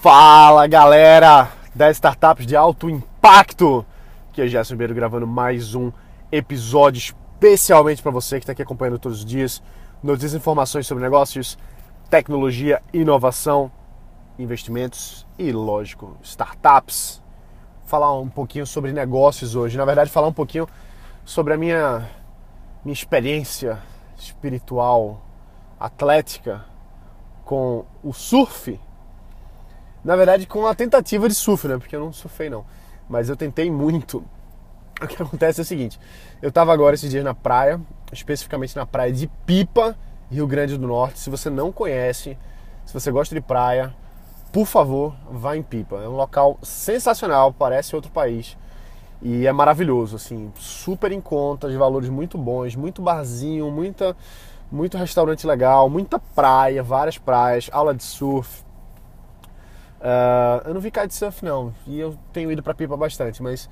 Fala galera das startups de alto impacto, que é Gerson Ribeiro gravando mais um episódio especialmente para você que está aqui acompanhando todos os dias. Notícias e informações sobre negócios, tecnologia, inovação, investimentos e, lógico, startups. Falar um pouquinho sobre negócios hoje, na verdade falar um pouquinho sobre a minha experiência espiritual, atlética com o surf. Na verdade, com a tentativa de surf, né? Porque eu não surfei, não. Mas eu tentei muito. O que acontece é o seguinte. Eu estava agora esses dias na praia, especificamente na praia de Pipa, Rio Grande do Norte. Se você não conhece, se você gosta de praia, por favor, vá em Pipa. É um local sensacional, parece outro país. E é maravilhoso, assim, super em conta, de valores muito bons, muito barzinho, muito restaurante legal, muita praia, várias praias, aula de surf. Eu não vi kitesurf não, e eu tenho ido para Pipa bastante, mas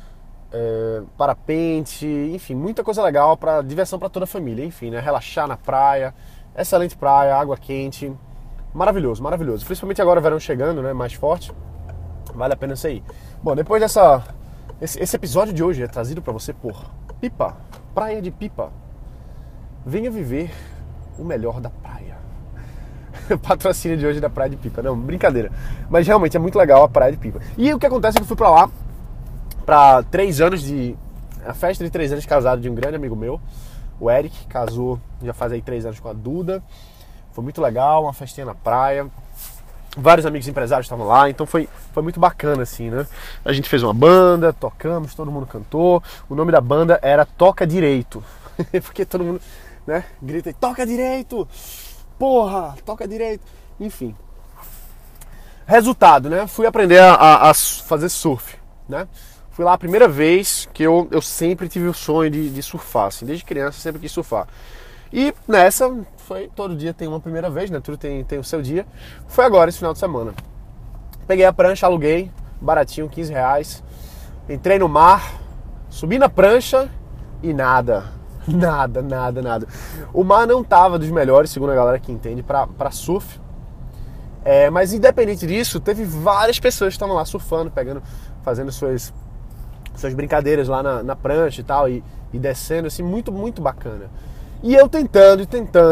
parapente, enfim, muita coisa legal, para diversão para toda a família, enfim, né? Relaxar na praia, excelente praia, água quente, maravilhoso, maravilhoso. Principalmente agora o verão chegando, né? Mais forte, vale a pena isso aí. Bom, depois esse episódio de hoje é trazido para você por Pipa, praia de Pipa. Venha viver o melhor da praia. O patrocínio de hoje é da praia de Pipa. Não, brincadeira. Mas realmente é muito legal a praia de Pipa. E o que acontece é que eu fui pra lá pra 3 anos a festa de 3 anos de casado de um grande amigo meu, o Eric, casou já faz aí 3 anos com a Duda. Foi muito legal, uma festinha na praia. Vários amigos empresários estavam lá, então foi muito bacana assim, né? A gente fez uma banda, tocamos, todo mundo cantou. O nome da banda era Toca Direito. Porque todo mundo, né, grita, toca direito! Porra, toca direito! Enfim. Resultado, né? Fui aprender a fazer surf, né? Fui lá a primeira vez que eu sempre tive o sonho de surfar, assim, desde criança eu sempre quis surfar. E nessa, todo dia tem uma primeira vez, né? Tudo tem o seu dia. Foi agora, esse final de semana. Peguei a prancha, aluguei, baratinho, R$15. Entrei no mar, subi na prancha e nada. Nada. O mar não tava dos melhores, segundo a galera que entende, pra surf. Mas independente disso, teve várias pessoas que estavam lá surfando, fazendo suas brincadeiras lá na prancha e tal, e descendo, assim, muito, muito bacana. E eu tentando.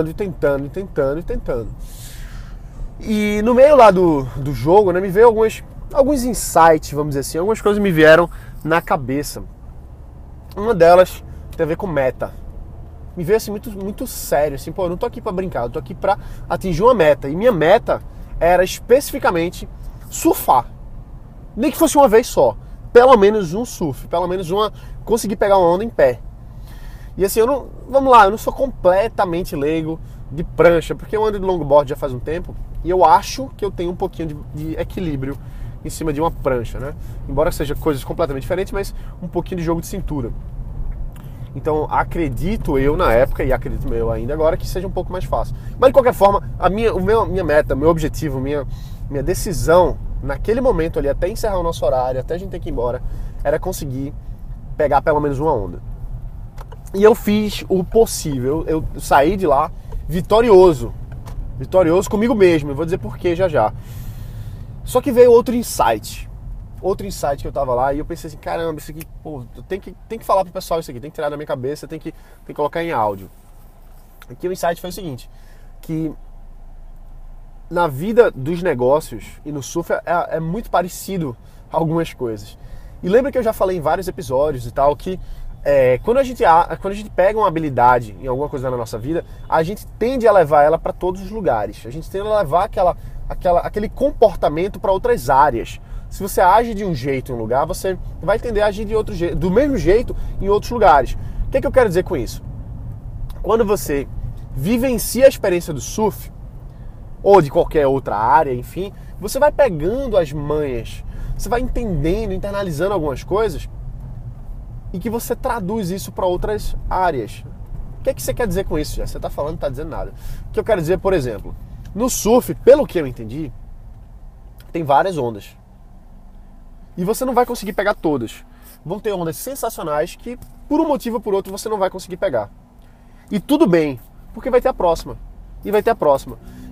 E no meio lá do jogo, né, me veio alguns insights, vamos dizer assim, algumas coisas me vieram na cabeça. Uma delas tem a ver com meta. Me veio assim muito sério, assim, pô, eu não tô aqui pra brincar, eu tô aqui pra atingir uma meta. E minha meta era especificamente surfar. Nem que fosse uma vez só. Pelo menos um surf, pelo menos conseguir pegar uma onda em pé. E assim, eu não sou completamente leigo de prancha, porque eu ando de longboard já faz um tempo, e eu acho que eu tenho um pouquinho de equilíbrio em cima de uma prancha, né? Embora seja coisas completamente diferentes, mas um pouquinho de jogo de cintura. Então acredito eu na época, e acredito eu ainda agora, que seja um pouco mais fácil. Mas de qualquer forma, minha meta, meu objetivo, minha decisão, naquele momento ali, até encerrar o nosso horário, até a gente ter que ir embora, era conseguir pegar pelo menos uma onda. E eu fiz o possível, eu saí de lá vitorioso comigo mesmo, eu vou dizer por quê já. Só que veio outro insight que eu tava lá e eu pensei assim, caramba, isso aqui, pô, tem que falar pro pessoal isso aqui, tem que tirar da minha cabeça, tem que colocar em áudio. Aqui o insight foi o seguinte, que na vida dos negócios e no surf é muito parecido algumas coisas. E lembra que eu já falei em vários episódios e tal, que quando a gente pega uma habilidade em alguma coisa na nossa vida, a gente tende a levar ela para todos os lugares. A gente tende a levar aquele comportamento para outras áreas. Se você age de um jeito em um lugar, você vai tender a agir de outro jeito, do mesmo jeito em outros lugares. O que eu quero dizer com isso? Quando você vivencia a experiência do surf, ou de qualquer outra área, enfim, você vai pegando as manhas, você vai entendendo, internalizando algumas coisas, e que você traduz isso para outras áreas. O que você quer dizer com isso? Já você está falando, não está dizendo nada. O que eu quero dizer, por exemplo, no surf, pelo que eu entendi, tem várias ondas. E você não vai conseguir pegar todas. Vão ter ondas sensacionais que, por um motivo ou por outro, você não vai conseguir pegar. E tudo bem, porque vai ter a próxima. E vai ter a próxima.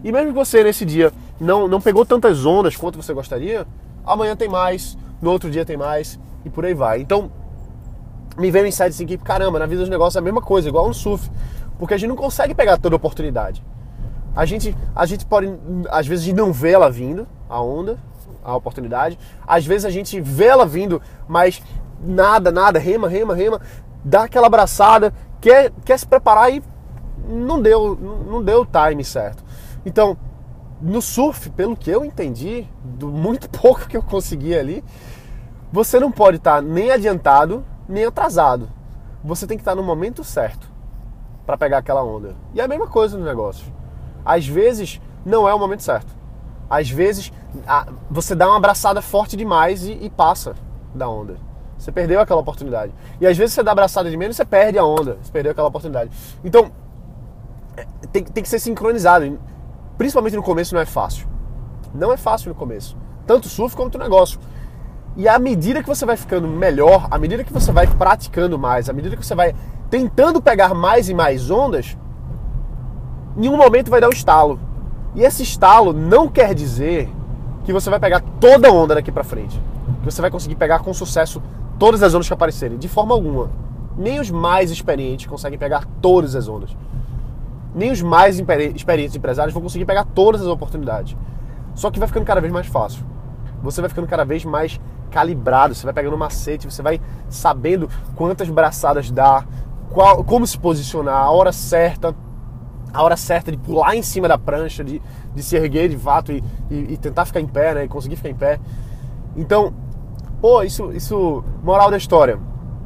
E mesmo que você nesse dia não pegou tantas ondas quanto você gostaria, amanhã tem mais, no outro dia tem mais e por aí vai. Então, me veio um insight assim que, caramba, na vida dos negócios é a mesma coisa, igual no surf. Porque a gente não consegue pegar toda oportunidade. A gente pode, às vezes, não vê ela vindo, a onda, a oportunidade. Às vezes a gente vê ela vindo, mas nada, rema, dá aquela abraçada, quer se preparar e não deu o time certo. Então, no surf, pelo que eu entendi, do muito pouco que eu consegui ali, você não pode estar nem adiantado, nem atrasado. Você tem que estar no momento certo para pegar aquela onda. E é a mesma coisa no negócio. Às vezes, não é o momento certo. Às vezes, você dá uma abraçada forte demais e passa da onda. Você perdeu aquela oportunidade. E às vezes você dá abraçada de menos e você perde a onda. Você perdeu aquela oportunidade. Então, tem que ser sincronizado. Principalmente no começo não é fácil. Não é fácil no começo. Tanto o surf quanto o negócio. E à medida que você vai ficando melhor, à medida que você vai praticando mais, à medida que você vai tentando pegar mais e mais ondas, em um momento vai dar um estalo. E esse estalo não quer dizer que você vai pegar toda a onda daqui pra frente. Que você vai conseguir pegar com sucesso todas as ondas que aparecerem. De forma alguma. Nem os mais experientes conseguem pegar todas as ondas. Nem os mais experientes empresários vão conseguir pegar todas as oportunidades. Só que vai ficando cada vez mais fácil. Você vai ficando cada vez mais calibrado. Você vai pegando um macete, você vai sabendo quantas braçadas dar, como se posicionar, a hora certa de pular em cima da prancha, de se erguer de fato e tentar ficar em pé, né? E conseguir ficar em pé. Então, isso, moral da história.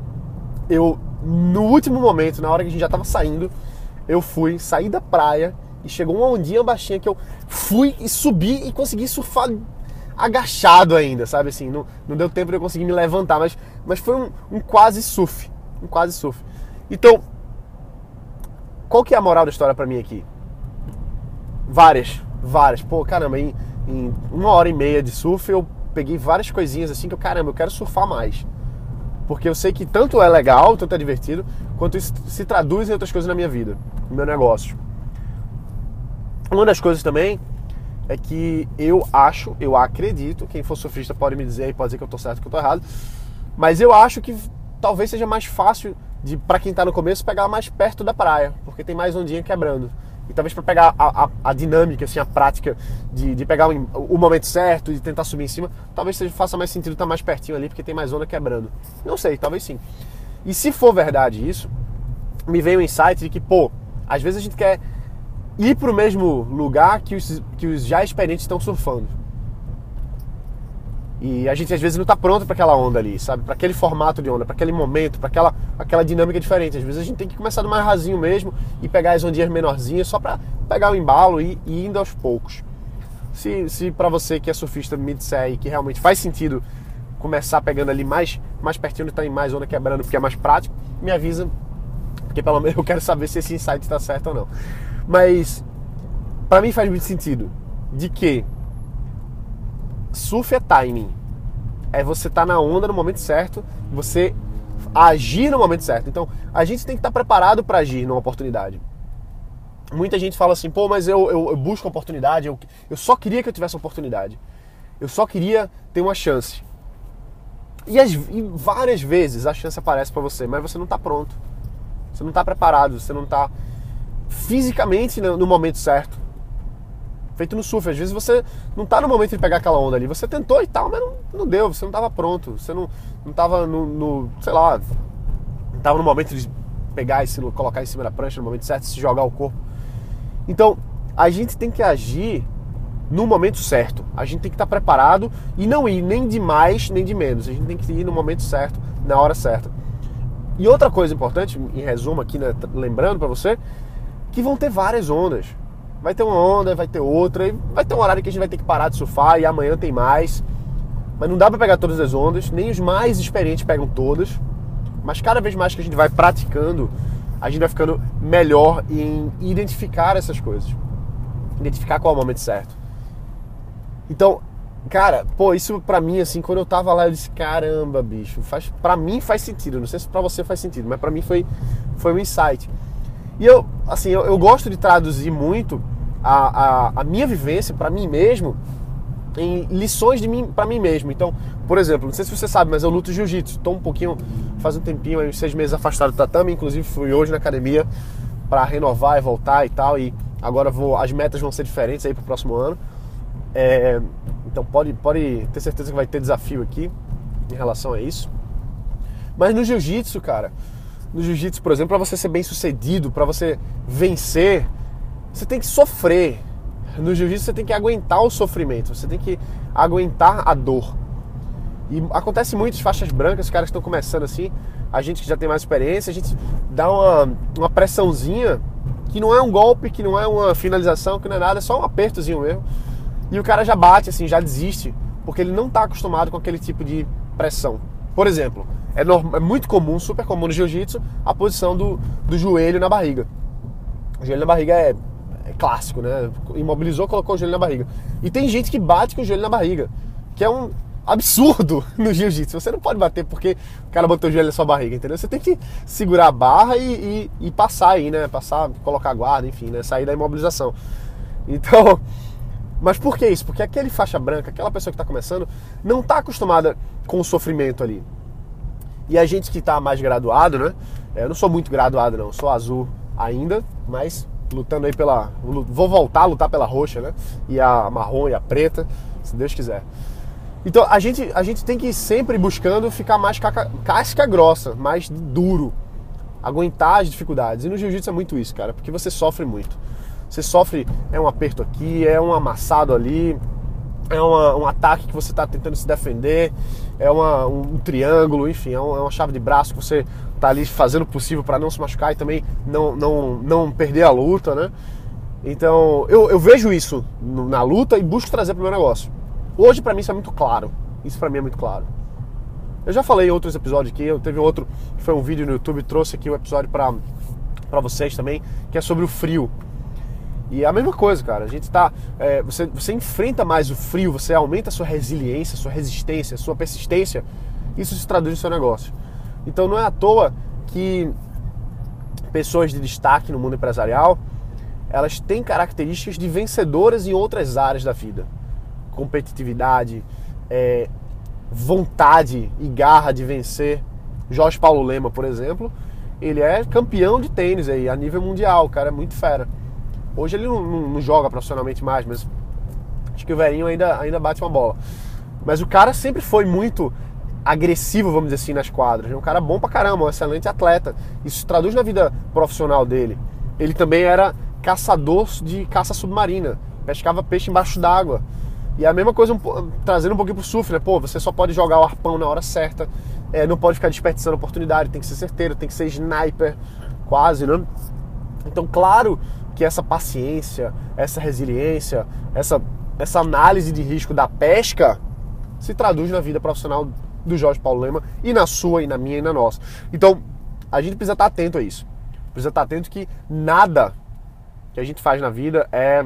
No último momento, na hora que a gente já tava saindo, eu saí da praia e chegou uma ondinha baixinha que eu fui e subi e consegui surfar agachado ainda, sabe assim? Não deu tempo de eu conseguir me levantar, mas foi um quase surf. Um quase surf. Então, qual que é a moral da história pra mim aqui? Várias. Pô, caramba, em 1h30 de surf eu peguei várias coisinhas assim que eu quero surfar mais. Porque eu sei que tanto é legal, tanto é divertido, quanto isso se traduz em outras coisas na minha vida, no meu negócio. Uma das coisas também é que eu acredito, quem for surfista pode me dizer, pode dizer que eu tô certo, que eu tô errado, mas eu acho que talvez seja mais fácil para quem tá no começo pegar mais perto da praia, porque tem mais ondinha quebrando. E talvez para pegar a dinâmica, assim, a prática de pegar o momento certo, de tentar subir em cima, talvez faça mais sentido estar mais pertinho ali, porque tem mais onda quebrando. Não sei, talvez sim. E se for verdade isso, me veio um insight de que, às vezes a gente quer ir pro mesmo lugar que os já experientes estão surfando. E a gente às vezes não está pronto para aquela onda ali, sabe? Para aquele formato de onda, para aquele momento, para aquela dinâmica diferente. Às vezes a gente tem que começar do mais rasinho mesmo e pegar as ondinhas menorzinhas só para pegar o embalo e ir indo aos poucos. Se para você que é surfista me disser aí que realmente faz sentido começar pegando ali mais pertinho onde tem mais onda quebrando, porque é mais prático, me avisa, porque pelo menos eu quero saber se esse insight está certo ou não. Mas para mim faz muito sentido de que surf é timing. É você estar na onda no momento certo, você agir no momento certo. Então, a gente tem que estar preparado para agir numa oportunidade. Muita gente fala assim, mas eu busco uma oportunidade, eu só queria que eu tivesse uma oportunidade. Eu só queria ter uma chance. E várias vezes a chance aparece para você, mas você não está pronto. Você não está preparado, você não está fisicamente no momento certo. Feito no surf, às vezes você não tá no momento de pegar aquela onda ali, você tentou e tal, mas não deu, você não tava pronto, você não tava sei lá, não tava no momento de pegar e colocar em cima da prancha no momento certo, se jogar o corpo. Então, a gente tem que agir no momento certo, a gente tem que estar preparado e não ir nem de mais nem de menos, a gente tem que ir no momento certo, na hora certa. E outra coisa importante, em resumo aqui, né, lembrando pra você, que vão ter várias ondas. Vai ter uma onda, vai ter outra, e vai ter um horário que a gente vai ter que parar de surfar e amanhã tem mais. Mas não dá pra pegar todas as ondas, nem os mais experientes pegam todas. Mas cada vez mais que a gente vai praticando, a gente vai ficando melhor em identificar essas coisas. Identificar qual é o momento certo. Então, cara, isso pra mim, assim, quando eu tava lá, eu disse, caramba, bicho, pra mim faz sentido. Não sei se pra você faz sentido, mas pra mim foi um insight. E eu gosto de traduzir muito a minha vivência para mim mesmo em lições de mim para mim mesmo. Então, por exemplo, não sei se você sabe, mas eu luto jiu-jitsu. Estou um pouquinho, faz um tempinho, uns 6 meses afastado do tatame. Inclusive fui hoje na academia para renovar e voltar e tal. E agora as metas vão ser diferentes aí pro próximo ano. Então pode ter certeza que vai ter desafio aqui em relação a isso. Mas no jiu-jitsu, cara, no jiu-jitsu, por exemplo, para você ser bem sucedido, para você vencer, você tem que sofrer. No jiu-jitsu você tem que aguentar o sofrimento, você tem que aguentar a dor. E acontece muito de faixas brancas, os caras que estão começando assim, a gente que já tem mais experiência, a gente dá uma pressãozinha, que não é um golpe, que não é uma finalização, que não é nada, é só um apertozinho mesmo. E o cara já bate, assim, já desiste, porque ele não está acostumado com aquele tipo de pressão. Por exemplo, é muito comum, super comum no jiu-jitsu, a posição do joelho na barriga. O joelho na barriga é clássico, né? Imobilizou, colocou o joelho na barriga. E tem gente que bate com o joelho na barriga, que é um absurdo no jiu-jitsu. Você não pode bater porque o cara botou o joelho na sua barriga, entendeu? Você tem que segurar a barra e passar aí, né? Passar, colocar a guarda, enfim, né? Sair da imobilização. Então, mas por que isso? Porque aquele faixa branca, aquela pessoa que está começando, não está acostumada com o sofrimento ali. E a gente que está mais graduado, né? Eu não sou muito graduado não, sou azul ainda, mas lutando aí vou voltar a lutar pela roxa, né? E a marrom e a preta, se Deus quiser. Então a gente tem que ir sempre buscando ficar mais casca grossa, mais duro, aguentar as dificuldades. E no jiu-jitsu é muito isso, cara, porque você sofre muito. Você sofre, é um aperto aqui, é um amassado ali, é um ataque que você está tentando se defender, é um triângulo, enfim, é uma chave de braço que você está ali fazendo o possível para não se machucar e também não perder a luta, né? Então, eu vejo isso na luta e busco trazer para o meu negócio. Hoje, para mim, isso é muito claro. Isso para mim é muito claro. Eu já falei em outros episódios aqui, teve outro que foi um vídeo no YouTube, trouxe aqui um episódio para vocês também, que é sobre o frio. E é a mesma coisa, cara. A gente tá. Você enfrenta mais o frio, você aumenta a sua resiliência, a sua resistência, a sua persistência. Isso se traduz no seu negócio. Então não é à toa que pessoas de destaque no mundo empresarial, elas têm características de vencedoras em outras áreas da vida. Competitividade, vontade e garra de vencer. Jorge Paulo Lema, por exemplo, ele é campeão de tênis aí, a nível mundial. O cara é muito fera. Hoje ele não joga profissionalmente mais, mas acho que o velhinho ainda bate uma bola. Mas o cara sempre foi muito agressivo, vamos dizer assim, nas quadras. Um cara bom pra caramba, um excelente atleta. Isso se traduz na vida profissional dele. Ele também era caçador de caça submarina, pescava peixe embaixo d'água. E a mesma coisa, trazendo um pouquinho pro surf, né? Pô, você só pode jogar o arpão na hora certa, não pode ficar desperdiçando oportunidade, tem que ser certeiro, tem que ser sniper, quase, né? Então, claro que essa paciência, essa resiliência, essa análise de risco da pesca se traduz na vida profissional do Jorge Paulo Lema e na sua, e na minha, e na nossa. Então, a gente precisa estar atento a isso. Precisa estar atento que nada que a gente faz na vida é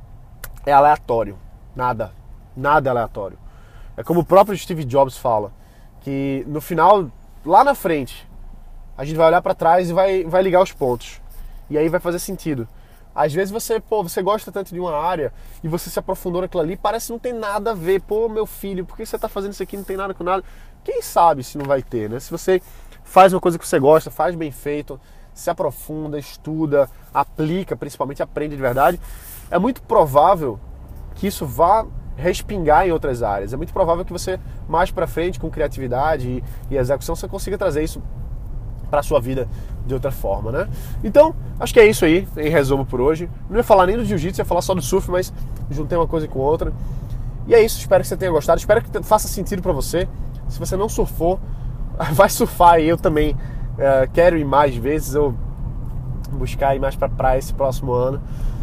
aleatório. Nada é aleatório. É como o próprio Steve Jobs fala, que no final, lá na frente, a gente vai olhar para trás e vai ligar os pontos. E aí vai fazer sentido. Às vezes você gosta tanto de uma área e você se aprofundou naquilo ali, parece que não tem nada a ver. Pô, meu filho, por que você está fazendo isso aqui? Não tem nada com nada. Quem sabe se não vai ter, né? Se você faz uma coisa que você gosta, faz bem feito, se aprofunda, estuda, aplica, principalmente aprende de verdade, é muito provável que isso vá respingar em outras áreas. É muito provável que você, mais pra frente, com criatividade e execução, você consiga trazer isso para a sua vida de outra forma, né? Então, acho que é isso aí, em resumo por hoje. Não ia falar nem do jiu-jitsu, ia falar só do surf, mas juntei uma coisa com outra. E é isso, espero que você tenha gostado, espero que faça sentido para você. Se você não surfou, vai surfar, e eu também quero ir mais vezes, eu buscar ir mais pra praia esse próximo ano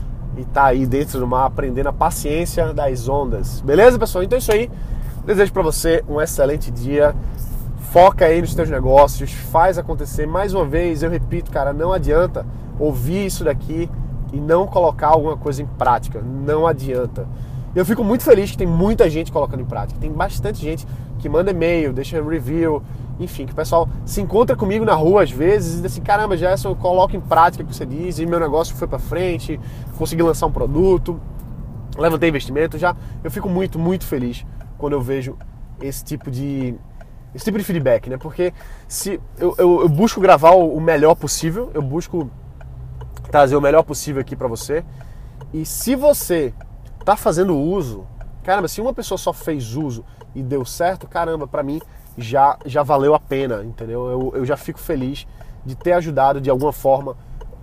e tá aí dentro do mar aprendendo a paciência das ondas. Beleza, pessoal? Então é isso aí. Desejo para você um excelente dia. Foca aí nos teus negócios, faz acontecer. Mais uma vez, eu repito, cara, não adianta ouvir isso daqui e não colocar alguma coisa em prática. Não adianta. Eu fico muito feliz que tem muita gente colocando em prática. Tem bastante gente que manda e-mail, deixa review, enfim, que o pessoal se encontra comigo na rua às vezes e diz assim, caramba, Gerson, eu coloco em prática o que você diz e meu negócio foi para frente, consegui lançar um produto, levantei investimento, eu fico muito, muito feliz quando eu vejo esse tipo de feedback, né? Porque se eu busco gravar o melhor possível, eu busco trazer o melhor possível aqui para você. E se você tá fazendo uso, caramba, se uma pessoa só fez uso e deu certo, caramba, para mim já valeu a pena, entendeu? Eu já fico feliz de ter ajudado de alguma forma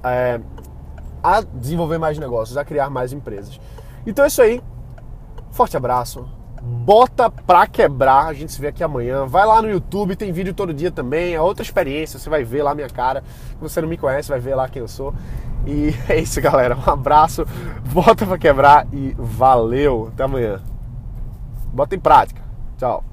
a desenvolver mais negócios, a criar mais empresas. Então é isso aí. Forte abraço. Bota pra quebrar. A gente se vê aqui amanhã. Vai lá no YouTube, tem vídeo todo dia também. É outra experiência. Você vai ver lá minha cara. Se você não me conhece, vai ver lá quem eu sou. E é isso, galera. Um abraço. Bota pra quebrar e valeu. Até amanhã. Bota em prática. Tchau.